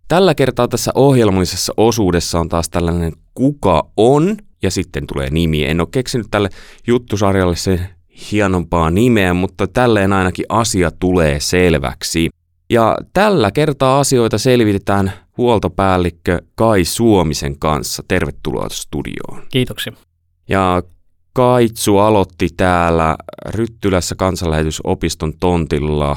tällä kertaa tässä ohjelmallisessa osuudessa on taas tällainen kuka on, ja sitten tulee nimi. En ole keksinyt tälle juttusarjalle sen hienompaa nimeä, mutta tälleen ainakin asia tulee selväksi. Ja tällä kertaa asioita selvitetään huoltopäällikkö Kai Suomisen kanssa. Tervetuloa studioon. Kiitoksia. Ja Kaitsu aloitti täällä Ryttylässä kansanlähetysopiston tontilla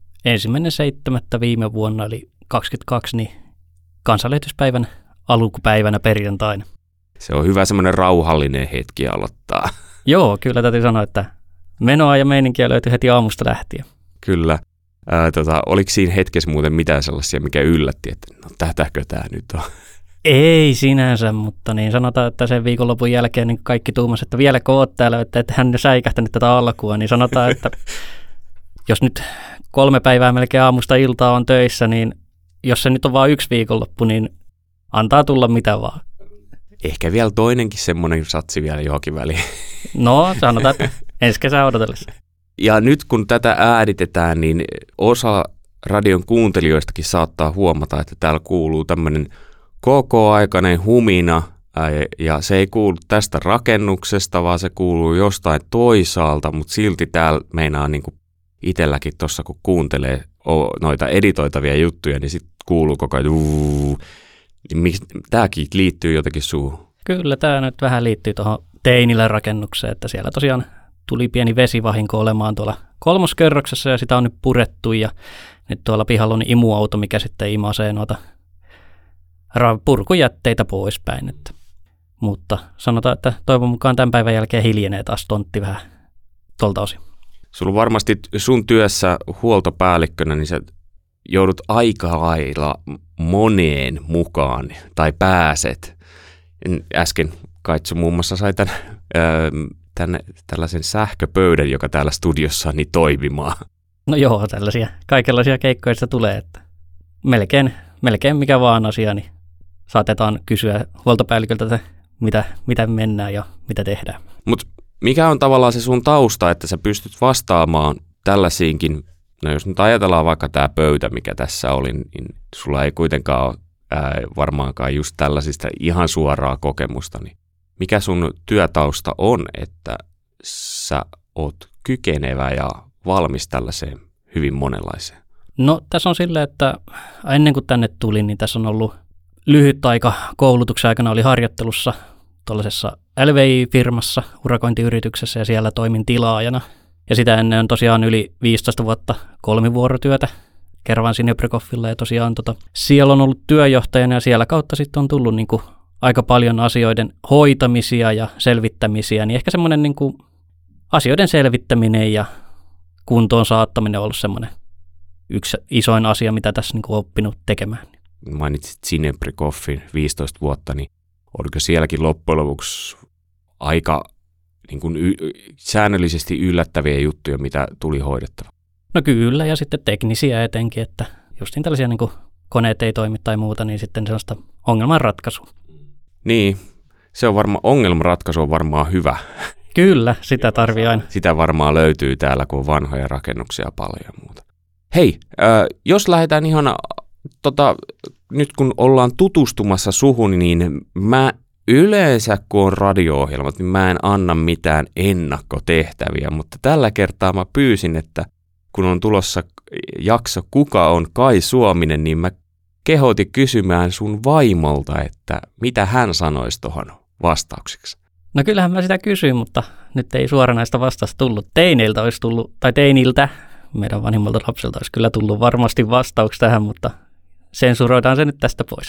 1.7. viime vuonna, eli 22, niin kansanlähetyspäivän alkupäivänä perjantaina. Se on hyvä semmoinen rauhallinen hetki aloittaa. Joo, kyllä täytyy sanoa, että menoa ja meininkiä löytyi heti aamusta lähtien. Kyllä. Oliko siinä hetkessä muuten mitään sellaisia, mikä yllätti, että no tätäkö tämä nyt on? Ei sinänsä, mutta niin sanotaan, että sen viikonlopun jälkeen niin kaikki tuumasivat, että vieläkö oot täällä, että hän jo säikähtänyt tätä alkua, niin sanotaan, että jos nyt 3 päivää melkein aamusta iltaa on töissä, niin jos se nyt on vain 1 viikonloppu, niin antaa tulla mitä vaan. Ehkä vielä toinenkin semmoinen satsi vielä johonkin väliin. No, sanotaan, että ensi kesää odotellessa. Ja nyt kun tätä äänitetään, niin osa radion kuuntelijoistakin saattaa huomata, että täällä kuuluu tämmöinen kokoaikainen humina, ja se ei kuulu tästä rakennuksesta, vaan se kuuluu jostain toisaalta, mutta silti täällä meinaa niin kuin itselläkin tuossa, kun kuuntelee noita editoitavia juttuja, niin sitten kuuluu koko ajan tämäkin liittyy jotenkin suuhun. Kyllä, tämä nyt vähän liittyy tuohon Teinilän rakennukseen, että siellä tosiaan tuli pieni vesivahinko olemaan tuolla 3. kerroksessa ja sitä on nyt purettu ja nyt tuolla pihalla on imuauto, mikä sitten imasee noita purkujätteitä poispäin. Mutta sanotaan, että toivon mukaan tämän päivän jälkeen hiljenee taas tontti vähän tuolta osin. Sulla on varmasti sun työssä huoltopäällikkönä, niin sä joudut aika lailla moneen mukaan tai pääset. Äsken Kaitsu muun muassa sai tällaisen sähköpöydän, joka täällä studiossa on, niin toimimaan. No joo, tällaisia kaikenlaisia keikkoja sitä tulee, että melkein mikä vaan asia, niin saatetaan kysyä huoltopäälliköltä, että mitä mennään ja mitä tehdään. Mutta mikä on tavallaan se sun tausta, että sä pystyt vastaamaan tällaisiinkin, no jos nyt ajatellaan vaikka tämä pöytä, mikä tässä oli, niin sulla ei kuitenkaan ole varmaankaan just tällaisista ihan suoraa kokemusta, niin mikä sun työtausta on, että sä oot kykenevä ja valmis tällaiseen hyvin monenlaiseen? No tässä on silleen, että ennen kuin tänne tulin, niin tässä on ollut lyhyt aika koulutuksen aikana oli harjoittelussa tuollaisessa LVI-firmassa, urakointiyrityksessä ja siellä toimin tilaajana. Ja sitä ennen on tosiaan yli 15 vuotta kolmivuorotyötä Keravan Sinebrykoffilla ja tosiaan siellä on ollut työjohtajana ja siellä kautta sitten on tullut niin kuin aika paljon asioiden hoitamisia ja selvittämisiä, niin ehkä semmoinen niin kuin asioiden selvittäminen ja kuntoon saattaminen on ollut semmoinen yksi isoin asia, mitä tässä niin kuin oppinut tekemään. Mainitsit Sinebrykoffin 15 vuotta, niin oliko sielläkin loppujen lopuksi aika niin kuin säännöllisesti yllättäviä juttuja, mitä tuli hoidettava? No kyllä, ja sitten teknisiä etenkin, että just niin tällaisia niin kuin koneet ei toimi tai muuta, niin sitten sellaista ongelmanratkaisua. Niin, se on varmaan, ongelmanratkaisu on varmaan hyvä. Kyllä, sitä tarvii aina. Sitä varmaan löytyy täällä, kun on vanhoja rakennuksia paljon ja muuta. Hei, jos lähdetään ihan, nyt kun ollaan tutustumassa suhun, niin mä yleensä, kun on radio-ohjelmat, niin mä en anna mitään ennakkotehtäviä, mutta tällä kertaa mä pyysin, että kun on tulossa jakso Kuka on Kai Suominen, niin mä kehotin kysymään sun vaimolta, että mitä hän sanoisi tuohon vastaukseksi. No kyllähän mä sitä kysyin, mutta nyt ei suoranaista vastausta tullut. Teineiltä olisi tullut, tai teiniltä, meidän vanhimmalta lapselta olisi kyllä tullut varmasti vastauksia tähän, mutta sensuroidaan se nyt tästä pois.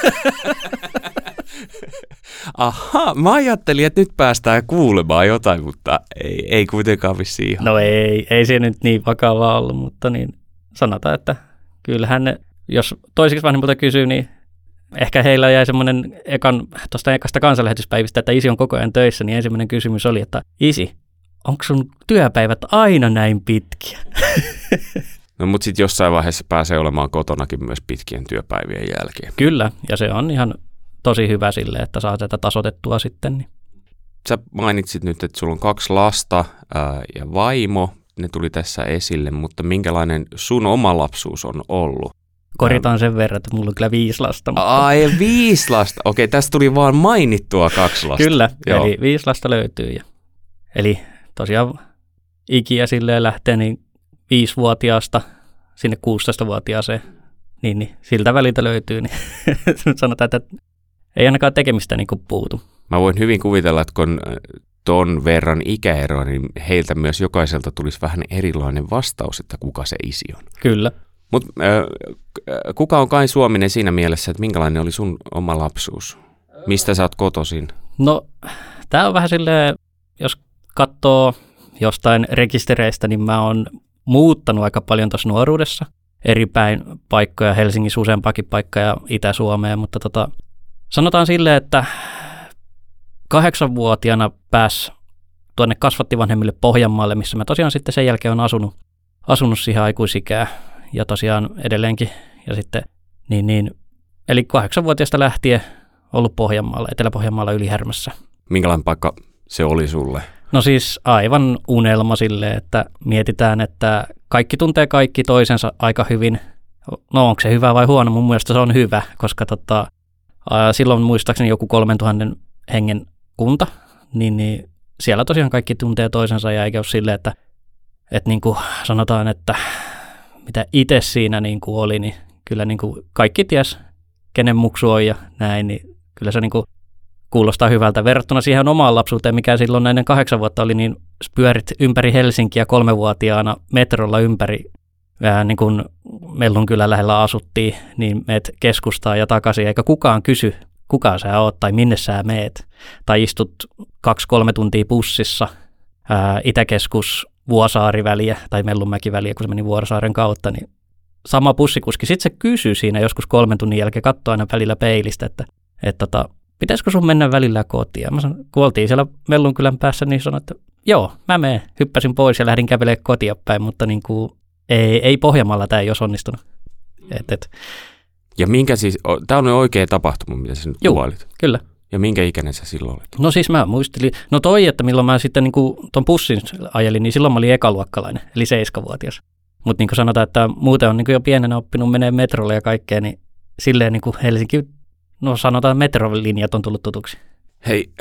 Aha, mä ajattelin, että nyt päästään kuulemaan jotain, mutta ei kuitenkaan vissiin ihan. No ei se nyt niin vakavaa ollut, mutta niin sanotaan, että kyllähän ne, jos toisiksi vanhemmilta kysyy, niin ehkä heillä jäi semmoinen tuosta ekasta kansanlähetyspäivistä, että isi on koko ajan töissä, niin ensimmäinen kysymys oli, että isi, onko sun työpäivät aina näin pitkiä? No mutta sitten jossain vaiheessa pääsee olemaan kotonakin myös pitkien työpäivien jälkeen. Kyllä, ja se on ihan tosi hyvä sille, että saa tätä tasoitettua sitten. Niin. Sä mainitsit nyt, että sulla on 2 lasta ja vaimo, ne tuli tässä esille, mutta minkälainen sun oma lapsuus on ollut? Korjataan sen verran, että mulla on kyllä 5 lasta. Mutta... Ai, 5 lasta. Okei, tästä tuli vaan mainittua 2 lasta. Kyllä, Joo. eli 5 lasta löytyy. Eli tosiaan ikiä silleen lähtee niin 5-vuotiaasta sinne 16-vuotiaaseen. Niin siltä väliltä löytyy. Niin sanotaan, että ei ainakaan tekemistä niin kuin puutu. Mä voin hyvin kuvitella, että kun ton verran ikäeroa, niin heiltä myös jokaiselta tulisi vähän erilainen vastaus, että kuka se isi on. Kyllä. Mutta kuka on Kai Suominen siinä mielessä, että minkälainen oli sun oma lapsuus? Mistä sä oot kotoisin? No, tää on vähän silleen, jos katsoo jostain rekistereistä, niin mä oon muuttanut aika paljon tuossa nuoruudessa. Eri päin paikkoja, Helsingissä useampakin paikkaa ja Itä-Suomeen, mutta sanotaan silleen, että 8-vuotiaana pääsi tuonne kasvattivanhemmille Pohjanmaalle, missä mä tosiaan sitten sen jälkeen on asunut siihen aikuisikään ja tosiaan edelleenkin. Ja sitten, eli 8-vuotiaasta lähtien ollut Pohjanmaalla, Etelä-Pohjanmaalla Ylihärmässä. Minkälainen paikka se oli sulle? No siis aivan unelma silleen, että mietitään, että kaikki tuntee kaikki toisensa aika hyvin. No onko se hyvä vai huono? Mun mielestä se on hyvä, koska silloin muistaakseni joku 3000 hengen kunta, niin siellä tosiaan kaikki tuntee toisensa ja eikä ole silleen, että niin kuin sanotaan, että mitä itse siinä niin kuin oli, niin kyllä niin kuin kaikki ties, kenen muksu on ja näin, niin kyllä se niin kuin kuulostaa hyvältä. Verrattuna siihen omaan lapsuuteen, mikä silloin ennen 8 vuotta oli, niin pyörit ympäri Helsinkiä 3-vuotiaana metrolla ympäri, niin kuin Mellunkylän lähellä asuttiin, niin meet keskustaan ja takaisin, eikä kukaan kysy, kuka sä oot tai minne sä meet. Tai istut 2-3 tuntia bussissa, Itäkeskus Vuosaari-väliä tai Mellunmäki-väliä, kun se meni Vuosaaren kautta, niin sama bussikuski. Sitten se kysyy siinä joskus 3 tunnin jälkeen, katsoo aina välillä peilistä, että pitäisikö sun mennä välillä kotiin? Mä sanoin, kun oltiin siellä Mellunkylän päässä, niin sanoin, että joo, mä menen. Hyppäsin pois ja lähdin kävelemään kotia päin, mutta niin kuin, ei Pohjanmaalla tämä ei olisi onnistunut. Ja minkä siis, tämä on oikea tapahtuma, mitä sä nyt kuvailit? Kyllä. Ja minkä ikäinen sä silloin olit? No siis mä muistelin, että milloin mä sitten niin tuon bussin ajelin, niin silloin mä olin ekaluokkalainen, eli 7-vuotias. Mutta niin kuin sanotaan, että muuten on niin kuin jo pienenä oppinut menee metrolle ja kaikkea, niin silleen niin kuin Helsinki, no sanotaan metrolinjat on tullut tutuksi. Hei,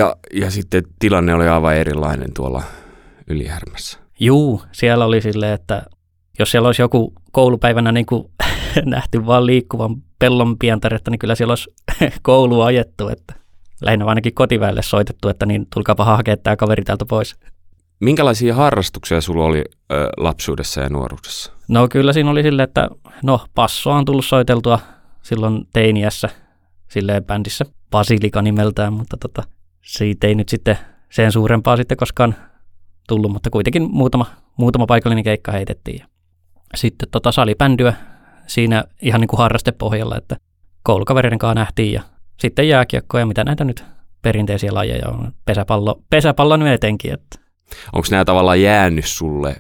ja sitten tilanne oli aivan erilainen tuolla Ylihärmässä. Juu, siellä oli silleen, että jos siellä olisi joku koulupäivänä niin kuin nähty vaan liikkuvan pellon pientaretta, niin kyllä siellä olisi koulua ajettu, että lähinnä ainakin kotiväelle soitettu, että niin tulkaapa hakea tämä kaveri täältä pois. Minkälaisia harrastuksia sulla oli lapsuudessa ja nuoruudessa? No kyllä siinä oli silleen, että passoa on tullut soiteltua silloin teiniässä silleen bändissä, Basilika nimeltään, mutta siitä ei nyt sitten sen suurempaa sitten koskaan tullut, mutta kuitenkin muutama paikallinen keikka heitettiin. Sitten salibändyä siinä ihan niin kuin harrastepohjalla, että koulukavereiden kanssa nähtiin ja sitten jääkiekkoa ja mitä näitä nyt perinteisiä lajeja on. Pesäpallo nyt etenkin. Että. Onko nämä tavallaan jäänyt sulle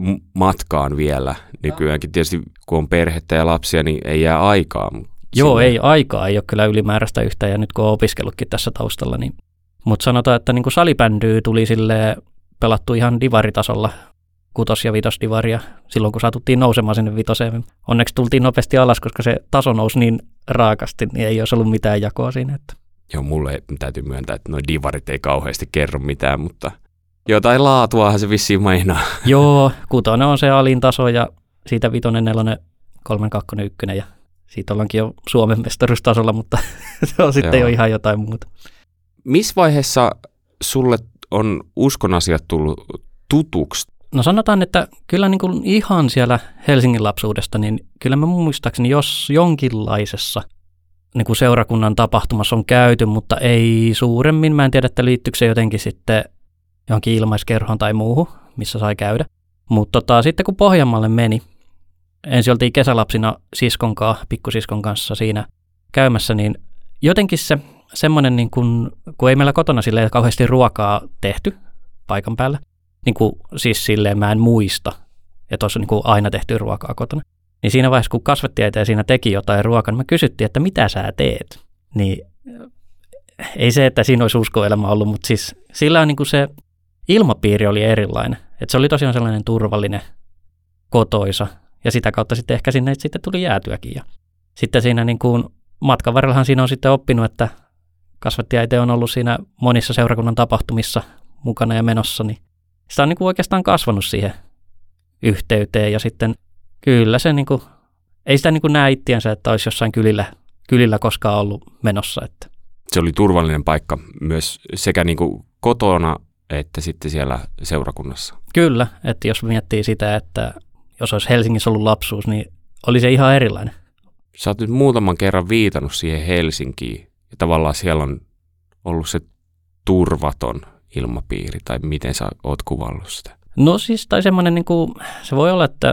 matkaan vielä nykyäänkin? Tietysti kun on perhettä ja lapsia, niin ei jää aikaa. Joo, ei aikaa, ei ole kyllä ylimääräistä yhtään ja nyt kun on opiskellutkin tässä taustalla. Niin. Mutta sanotaan, että niin kuin salibändyä tuli pelattu ihan divaritasolla. 6- ja 5-divaria silloin, kun saatuttiin nousemaan sinne 5. Onneksi tultiin nopeasti alas, koska se taso nousi niin raakasti, niin ei olisi ollut mitään jakoa siinä. Että. Joo, mulle täytyy myöntää, että nuo divarit ei kauheasti kerro mitään, mutta jotain laatuahan se vissiin mainaa. Joo, 6 on se alin taso ja siitä 5, 4, 3, 2, 1 ja siitä ollaankin jo Suomen mestaruustasolla, mutta se on sitten jo ihan jotain muuta. Missä vaiheessa sulle on uskon asiat tullut tutuksi? No sanotaan, että kyllä niin kuin ihan siellä Helsingin lapsuudesta, niin kyllä mä muistaakseni, jos jonkinlaisessa niin kuin seurakunnan tapahtumassa on käyty, mutta ei suuremmin. Mä en tiedä, että liittyykö se jotenkin sitten johonkin ilmaiskerhoon tai muuhun, missä sai Mutta sitten kun Pohjanmaalle meni, ensin oltiin kesälapsina pikkusiskon kanssa siinä käymässä, niin jotenkin se semmoinen, niin kun ei meillä kotona silleen kauheasti ruokaa tehty paikan päällä, niin kuin, siis silleen mä en muista, että olisi niin kuin aina tehty ruokaa kotona. Niin siinä vaiheessa, kun kasvattiäitä ja siinä teki jotain ruokaa, niin me kysyttiin, että mitä sä teet? Niin ei se, että siinä olisi uskoelämä ollut, mutta siis sillä niin kuin se ilmapiiri oli erilainen. Että se oli tosiaan sellainen turvallinen, kotoisa Ja sitä kautta sitten ehkä sinne sitten tuli jäätyäkin. Ja sitten siinä niin kuin matkan varrellahan siinä on sitten oppinut, että kasvattajaite on ollut siinä monissa seurakunnan tapahtumissa mukana ja menossa, niin sitä on niin kuin oikeastaan kasvanut siihen yhteyteen. Ja sitten kyllä se, niin kuin, ei sitä niin kuin näe ittiänsä, että olisi jossain kylillä koskaan ollut menossa. Että. Se oli turvallinen paikka myös sekä niin kuin kotona että sitten siellä seurakunnassa. Kyllä, että jos miettii sitä, että jos olisi Helsingissä ollut lapsuus, niin oli se ihan erilainen. Sä oot nyt muutaman kerran viitannut siihen Helsinkiin ja tavallaan siellä on ollut se turvaton ilmapiiri tai miten sä oot kuvannut sitä? No siis tai semmoinen, niin kuin, se voi olla, että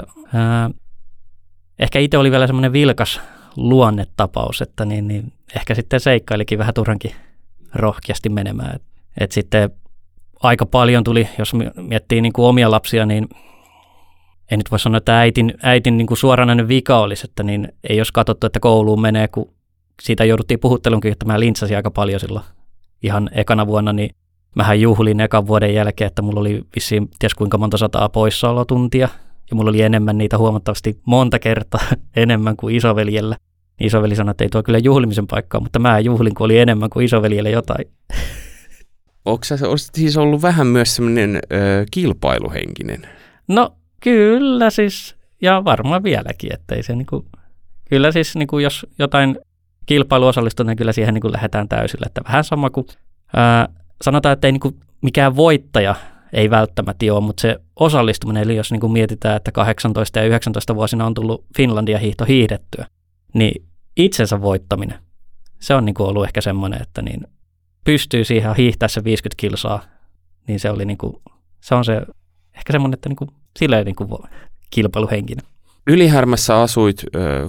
ehkä itse oli vielä semmoinen vilkas luonnetapaus, että niin ehkä sitten seikkailikin vähän turhankin rohkeasti menemään. Et sitten aika paljon tuli, jos miettii niin kuin omia lapsia, niin ei nyt voi sanoa, että äitin niin kuin suoranainen vika olisi, että niin ei olisi katsottu, että kouluun menee, kun siitä jouduttiin puhuttelunkin, että mä lintsasin aika paljon silloin ihan ekana vuonna, niin mähän juhlin ekan vuoden jälkeen, että mulla oli vissiin ties kuinka monta 100 poissaolotuntia, ja mulla oli enemmän niitä huomattavasti monta kertaa enemmän kuin isoveljellä. Isoveli sanoi, että ei tuo kyllä juhlimisen paikkaa, mutta mä juhlin, kun oli enemmän kuin isoveljellä jotain. Onko sä siis ollut vähän myös semmoinen kilpailuhenkinen? No kyllä siis, ja varmaan vieläkin, että ei se niinku, kyllä siis niinku, jos jotain kilpailu osallistuu, niin kyllä siihen niinku lähdetään täysillä, että vähän sama kuin sanotaan, että ei niinku mikään voittaja ei välttämättä ole, mutta se osallistuminen, eli jos niinku mietitään, että 18 ja 19 vuosina on tullut Finlandia hiihto hiihdettyä, niin itsensä voittaminen, se on niinku ollut ehkä semmoinen, että niin pystyy siihen hiihtää se 50 kilsaa, niin se oli niinku, se on se ehkä semmoinen, että niinku, silleen niinku kilpailuhenkinen. Ylihärmässä asuit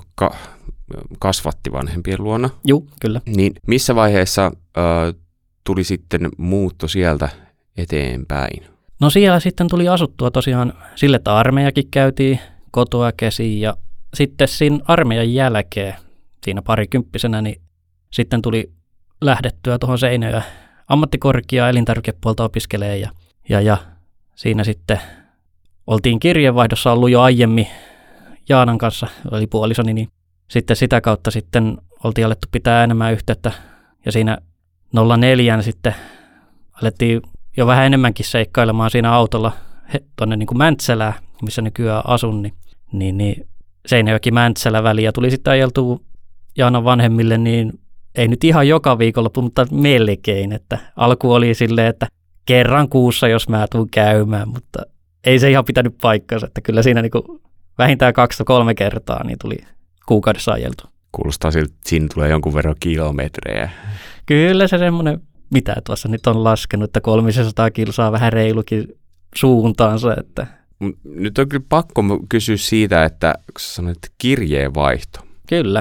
kasvattivanhempien luona. Joo, kyllä. Niin missä vaiheessa tuli sitten muutto sieltä eteenpäin? No siellä sitten tuli asuttua tosiaan sille, että armeijakin käytiin kotoa käsiin ja sitten siinä armeijan jälkeen, siinä parikymppisenä, niin sitten tuli lähdettyä tuohon Seinäjoen ammattikorkeaa elintarvikepuolta opiskelemaan ja siinä sitten oltiin kirjeenvaihdossa ollut jo aiemmin Jaanan kanssa, oli puolisoni, niin sitten sitä kautta sitten oltiin alettu pitää enemmän yhteyttä ja siinä 04 sitten alettiin jo vähän enemmänkin seikkailemaan siinä autolla tuonne niin kuin Mäntsälään, missä nykyään asun, niin Seinäjoki-Mäntsälä väliä tuli sitten ajeltua Jaanan vanhemmille, niin ei nyt ihan joka viikonloppu, mutta melkein, että alku oli silleen, että kerran kuussa, jos mä tuun käymään, mutta ei se ihan pitänyt paikkansa, että kyllä siinä niin kuin vähintään 2-3 kertaa niin tuli kuukaudessa ajeltu. Kuulostaa siltä, että siinä tulee jonkun verran kilometrejä. Kyllä se semmoinen, mitä tuossa nyt on laskenut, että 300 kilsaa vähän reilukin suuntaansa. Että. Nyt on kyllä pakko kysyä siitä, että kun sä sanoit, että kirjeenvaihto. Kyllä.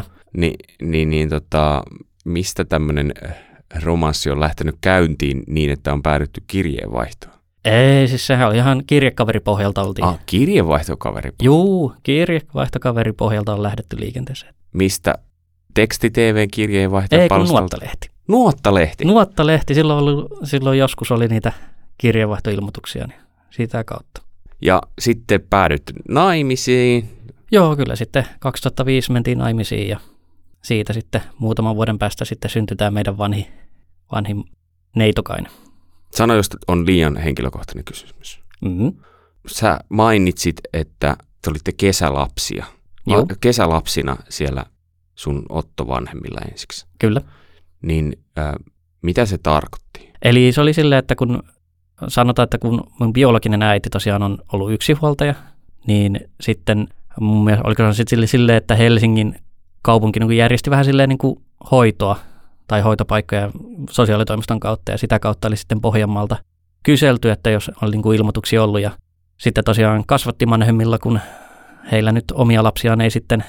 Mistä tämmöinen romanssi on lähtenyt käyntiin niin, että on päädytty kirjeenvaihtoon? Ei, siis sehän oli ihan kirjekaveripohjalta oltiin. Kirjeenvaihtokaveripohjalta? Juu, kirjevaihtokaveripohjalta on lähdetty liikenteeseen. Mistä? Teksti-TV:n kirjeenvaihto? Ei, kun Nuottalehti. Nuottalehti? Nuottalehti, silloin joskus oli niitä kirjeenvaihtoilmoituksia, niin sitä kautta. Ja sitten päädyt naimisiin? Joo, kyllä sitten 2005 mentiin naimisiin ja siitä sitten muutaman vuoden päästä sitten syntyi tämä meidän vanhin neitokainen. Sano, jos on liian henkilökohtainen kysymys. Mm-hmm. Sä mainitsit, että te olitte kesälapsia. Joo. Kesälapsina siellä sun Otto-vanhemmilla ensiksi. Kyllä. Niin mitä se tarkoitti? Eli se oli silleen, että kun sanotaan, että kun mun biologinen äiti tosiaan on ollut yksinhuoltaja, niin sitten mun mielestä oliko se sitten silleen, että Helsingin kaupunki niin järjesti vähän silleen niin kuin hoitoa tai hoitopaikkoja sosiaalitoimiston kautta ja sitä kautta oli sitten Pohjanmaalta kyselty, että jos oli niin kuin ilmoituksia ollut ja sitten tosiaan kasvattivanhemmilla, kun heillä nyt omia lapsiaan ei sitten,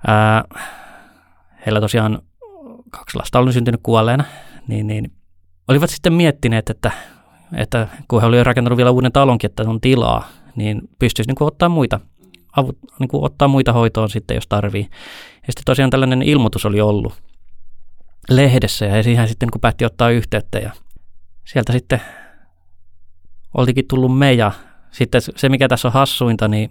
heillä tosiaan 2 lasta oli syntynyt kuolleena, niin olivat sitten miettineet, että kun he olivat rakentanut vielä uuden talonkin, että on tilaa, niin pystyisi niin kuin ottaa muita hoitoon sitten, jos tarvii. Ja sitten tosiaan tällainen ilmoitus oli ollut lehdessä ja siihen sitten kun päätti ottaa yhteyttä ja sieltä sitten oltikin tullut me ja sitten se mikä tässä on hassuinta, niin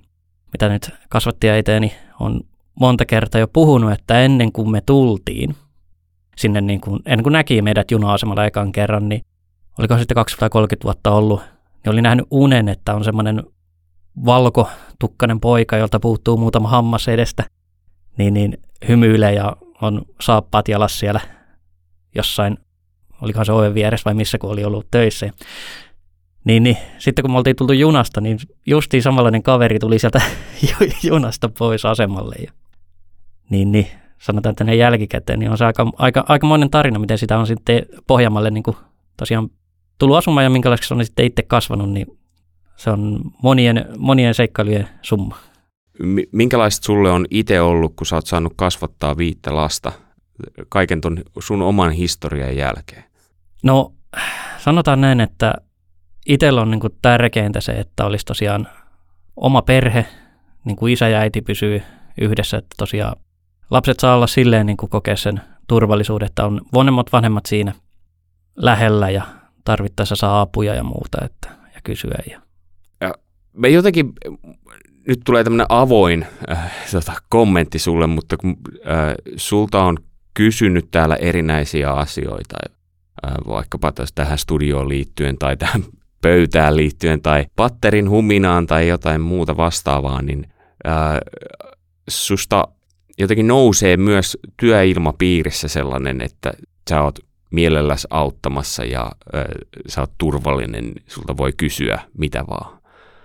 mitä nyt kasvattajaiteeni on monta kertaa jo puhunut, että ennen kuin me tultiin sinne, niin kuin, ennen kuin näki meidät juna-asemalla ekan kerran, niin oliko sitten 20-30 vuotta ollut, niin oli nähnyt unen, että on semmoinen valkotukkainen poika, jolta puuttuu muutama hammas edestä, niin hymyilee ja on saappaat jalas siellä jossain, olikohan se oven vieressä vai missä, kun oli ollut töissä. Niin, sitten kun me oltiin tultu junasta, niin justiin samanlainen kaveri tuli sieltä junasta pois asemalle. Ja, niin, sanotaan, että ne jälkikäteen, niin on se aikamoinen tarina, miten sitä on sitten Pohjanmaalle niin kuin tosiaan tullut asumaan ja minkälaiseksi on sitten itse kasvanut, niin se on monien seikkailujen summa. Minkälaista sulle on itse ollut, kun sä oot saanut kasvattaa 5 lasta kaiken ton sun oman historian jälkeen? No, sanotaan näin, että itsellä on niin kuin tärkeintä se, että olisi tosiaan oma perhe, niin kuin isä ja äiti pysyy yhdessä, että tosiaan lapset saa olla silleen niin kuin kokea sen turvallisuuden, että on vanhemmat siinä lähellä ja tarvittaessa saa apuja ja muuta ja kysyä. Ja me jotenkin, nyt tulee tämmöinen avoin kommentti sulle, mutta kun sulta on kysynyt täällä erinäisiä asioita, vaikkapa tähän studioon liittyen tai tähän pöytään liittyen tai patterin huminaan tai jotain muuta vastaavaa, niin susta jotenkin nousee myös työilmapiirissä sellainen, että sä oot mielelläsi auttamassa ja sä oot turvallinen, sulta voi kysyä mitä vaan.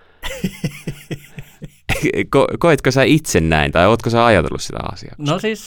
Koetko sä itse näin tai ootko sä ajatellut sitä asiaa? No siis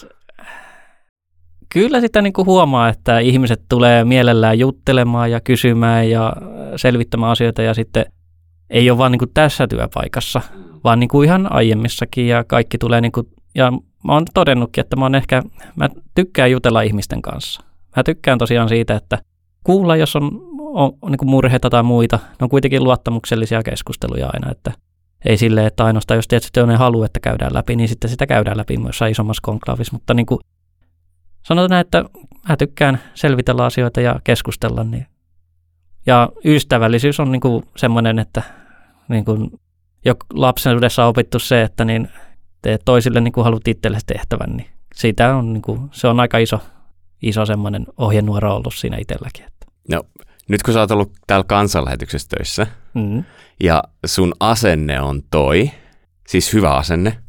kyllä sitä niin kuin huomaa, että ihmiset tulee mielellään juttelemaan ja kysymään ja selvittämään asioita ja sitten ei ole vaan niin kuin tässä työpaikassa, vaan niin kuin ihan aiemmissakin ja kaikki tulee niin kuin, ja mä oon todennutkin, että mä tykkään jutella ihmisten kanssa. Mä tykkään tosiaan siitä, että kuulla, jos on niin kuin murheita tai muita. Ne on kuitenkin luottamuksellisia keskusteluja aina, että ei silleen, että ainoastaan jos tietysti on halu, että käydään läpi, niin sitten sitä käydään läpi myös isommassa konklaavissa. Mutta niin kuin sanotaan näin, että mä tykkään selvitellä asioita ja keskustella. Niin. Ja ystävällisyys on niin kuin semmoinen, että niin kuin jo lapsuudessa on opittu se, että niin teet toisille niin kuin haluat itsellesi tehtävän, niin siitä on, niin kuin, se on aika iso semmoinen ohjenuora ollut siinä itselläkin. No, nyt kun sä oot ollut täällä kansanlähetyksessä töissä ja sun asenne on siis hyvä asenne,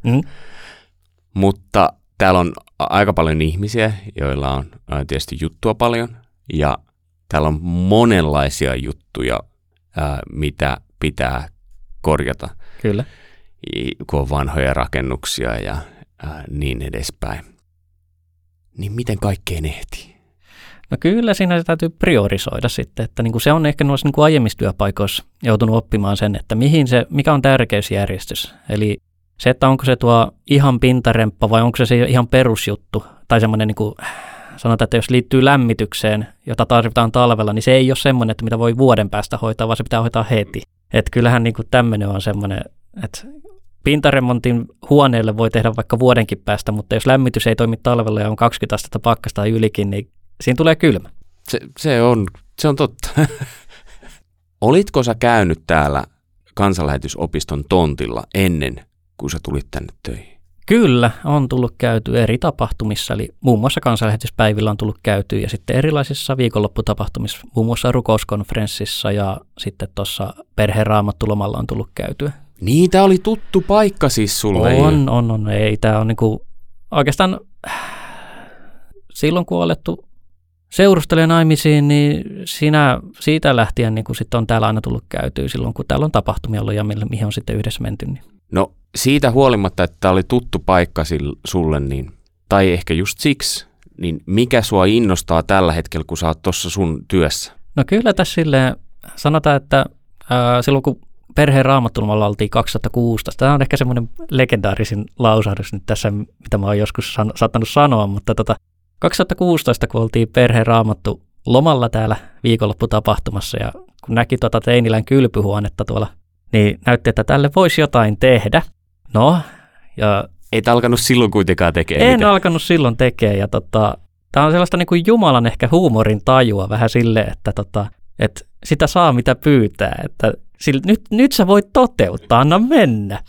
mutta täällä on aika paljon ihmisiä, joilla on tietysti juttua paljon ja täällä on monenlaisia juttuja, mitä pitää korjata. Kyllä. Kun on vanhoja rakennuksia ja niin edespäin. Niin miten kaikkeen ehtii? No kyllä siinä täytyy priorisoida sitten, että niin kuin se on ehkä noissa niin kuin aiemmissa työpaikoissa joutunut oppimaan sen, että mikä on tärkeysjärjestys. Eli se, että onko se tuo ihan pintaremppa vai onko se ihan perusjuttu tai semmoinen, niin kuin, sanotaan, että jos liittyy lämmitykseen, jota tarvitaan talvella, niin se ei ole semmoinen, että mitä voi vuoden päästä hoitaa, vaan se pitää hoitaa heti. Että kyllähän niin kuin tämmöinen on semmoinen, että pintaremontin huoneelle voi tehdä vaikka vuodenkin päästä, mutta jos lämmitys ei toimi talvella ja on 20 astetta pakkasta tai ylikin, niin siinä tulee kylmä. Se on totta. Olitko sä käynyt täällä kansanlähetysopiston tontilla ennen kuin sä tulit tänne töihin? Kyllä, on tullut käyty eri tapahtumissa, eli muun muassa kansanlähetyspäivillä on tullut käyty ja sitten erilaisissa viikonlopputapahtumissa, muun muassa rukouskonferenssissa ja sitten tuossa perheraamatulomalla on tullut käytyä. Niin, tämä oli tuttu paikka siis sulle. On. Ei, tämä on niinku, oikeastaan silloin kun on alettu seurustelemaan naimisiin, niin siitä lähtien niin sitten on täällä aina tullut käytyä silloin, kun täällä on tapahtumia ollut ja mihin on sitten yhdessä menty. Niin. No siitä huolimatta, että tämä oli tuttu paikka sulle, niin, tai ehkä just siksi, niin mikä sua innostaa tällä hetkellä, kun sä oot tuossa sun työssä? No kyllä tässä silleen, sanotaan, että silloin kun perheen raamatulmalla oltiin 2016. Tämä on ehkä semmoinen legendaarisin lausahdus nyt tässä, mitä mä oon joskus saattanut sanoa, mutta 2016, kun oltiin perheen raamattu lomalla täällä viikonlopputapahtumassa ja kun näki Teinilän kylpyhuonetta tuolla, niin näytti, että tälle voisi jotain tehdä. No, ja et alkanut silloin kuitenkaan tekemään. En alkanut silloin tekemään ja tämä on sellaista niin kuin Jumalan ehkä huumorin tajua vähän silleen, että sitä saa mitä pyytää, että nyt sä voit toteuttaa, anna mennä.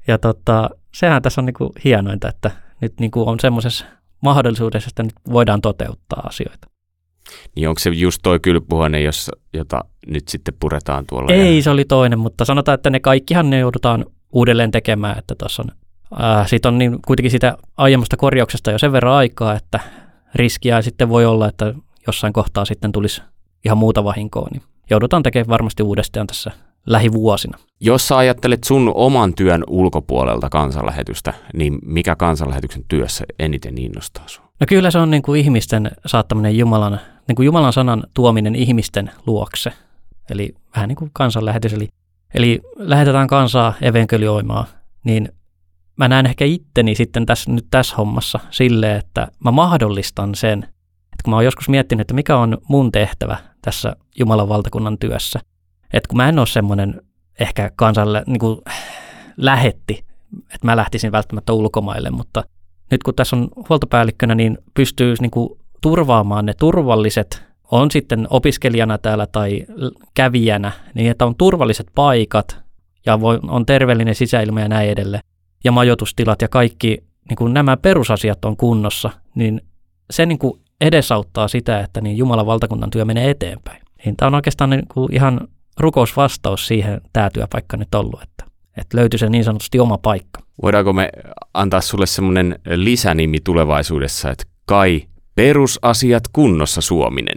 Ja sehän tässä on niinku hienointa, että nyt niinku on semmoisessa mahdollisuudessa, että nyt voidaan toteuttaa asioita. Niin onko se just toi kylpyhuone, jota nyt sitten puretaan tuolla? Ei, se oli toinen, mutta sanotaan, että ne kaikkihan ne joudutaan uudelleen tekemään, että tuossa on, siitä on niin kuitenkin sitä aiemmasta korjauksesta jo sen verran aikaa, että riskiä sitten voi olla, että jossain kohtaa sitten tulisi ihan muuta vahinkoa, niin joudutaan tekemään varmasti uudestaan tässä lähivuosina. Jos sä ajattelet sun oman työn ulkopuolelta kansanlähetystä, niin mikä kansanlähetyksen työssä eniten innostaa sinua? No kyllä se on niin kuin ihmisten saattaminen niin kuin Jumalan sanan tuominen ihmisten luokse. Eli vähän niin kuin kansanlähetys. Eli lähetetään kansaa evankelioimaan, niin mä näen ehkä itteni sitten tässä hommassa silleen, että mä mahdollistan sen, että kun mä oon joskus miettinyt, että mikä on mun tehtävä tässä Jumalan valtakunnan työssä, että kun mä en ole semmoinen ehkä kansalle niin kuin lähetti, että mä lähtisin välttämättä ulkomaille, mutta nyt kun tässä on huoltopäällikkönä, niin pystyy niin kuin turvaamaan ne turvalliset, on sitten opiskelijana täällä tai kävijänä, niin että on turvalliset paikat ja on terveellinen sisäilma ja näin edelleen, ja majoitustilat ja kaikki niin kuin nämä perusasiat on kunnossa, niin se niin kuin edesauttaa sitä, että niin Jumalan valtakunnan työ menee eteenpäin. Niin tämä on oikeastaan niin kuin ihan rukousvastaus siihen tämä työpaikka nyt ollut, että löytyy se niin sanotusti oma paikka. Voidaanko me antaa sulle semmoinen lisänimi tulevaisuudessa, että Kai perusasiat kunnossa Suominen?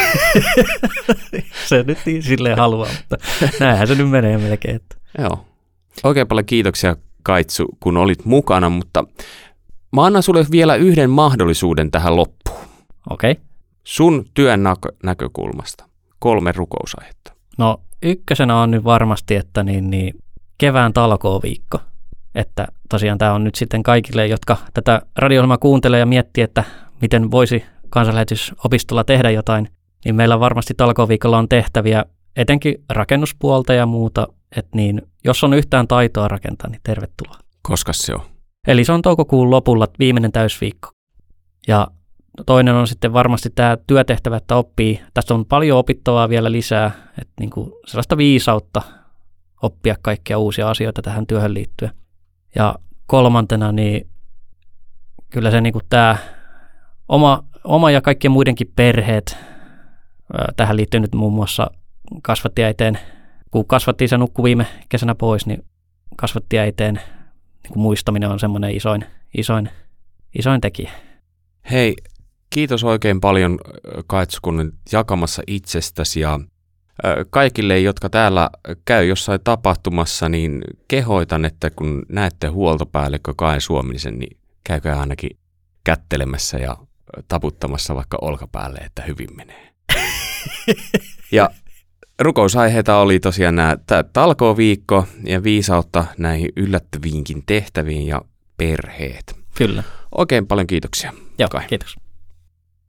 Se nyt niin silleen haluaa, mutta näinhän se nyt menee melkein. Joo. Oikein paljon kiitoksia Kaitsu, kun olit mukana, mutta mä annan sulle vielä yhden mahdollisuuden tähän loppuun. Okei. Sun työn näkökulmasta 3 rukousaihetta. No ykkösenä on nyt varmasti, että niin kevään talkooviikko. Että tosiaan tämä on nyt sitten kaikille, jotka tätä radio-ohjelmaa kuuntelee ja miettii, että miten voisi kansanlähetysopistolla tehdä jotain, niin meillä varmasti talkooviikolla on tehtäviä etenkin rakennuspuolta ja muuta, että niin, jos on yhtään taitoa rakentaa, niin tervetuloa. Koska se on? Eli se on toukokuun lopulla viimeinen täysviikko. Ja toinen on sitten varmasti tämä työtehtävä, että oppii. Tästä on paljon opittavaa vielä lisää, että niin kuin sellaista viisautta oppia kaikkia uusia asioita tähän työhön liittyen. Ja kolmantena, niin kyllä se niin kuin tämä oma ja kaikkien muidenkin perheet, tähän liittyy nyt muun muassa kasvattiäiteen, kun kasvattiin nukkui viime kesänä pois, niin kasvattiäiteen niin kuin muistaminen on semmoinen isoin tekijä. Hei, kiitos oikein paljon Kaitsu, kun olet jakamassa itsestäsi ja kaikille, jotka täällä käy jossain tapahtumassa, niin kehoitan, että kun näette huoltopäällikkö Kai Suomisen, niin käykää ainakin kättelemässä ja taputtamassa vaikka olkapäälle, että hyvin menee. Ja rukousaiheita oli tosiaan nämä talkooviikko ja viisautta näihin yllättäviinkin tehtäviin ja perheet. Kyllä. Oikein paljon kiitoksia. Joo, Kai. kiitos.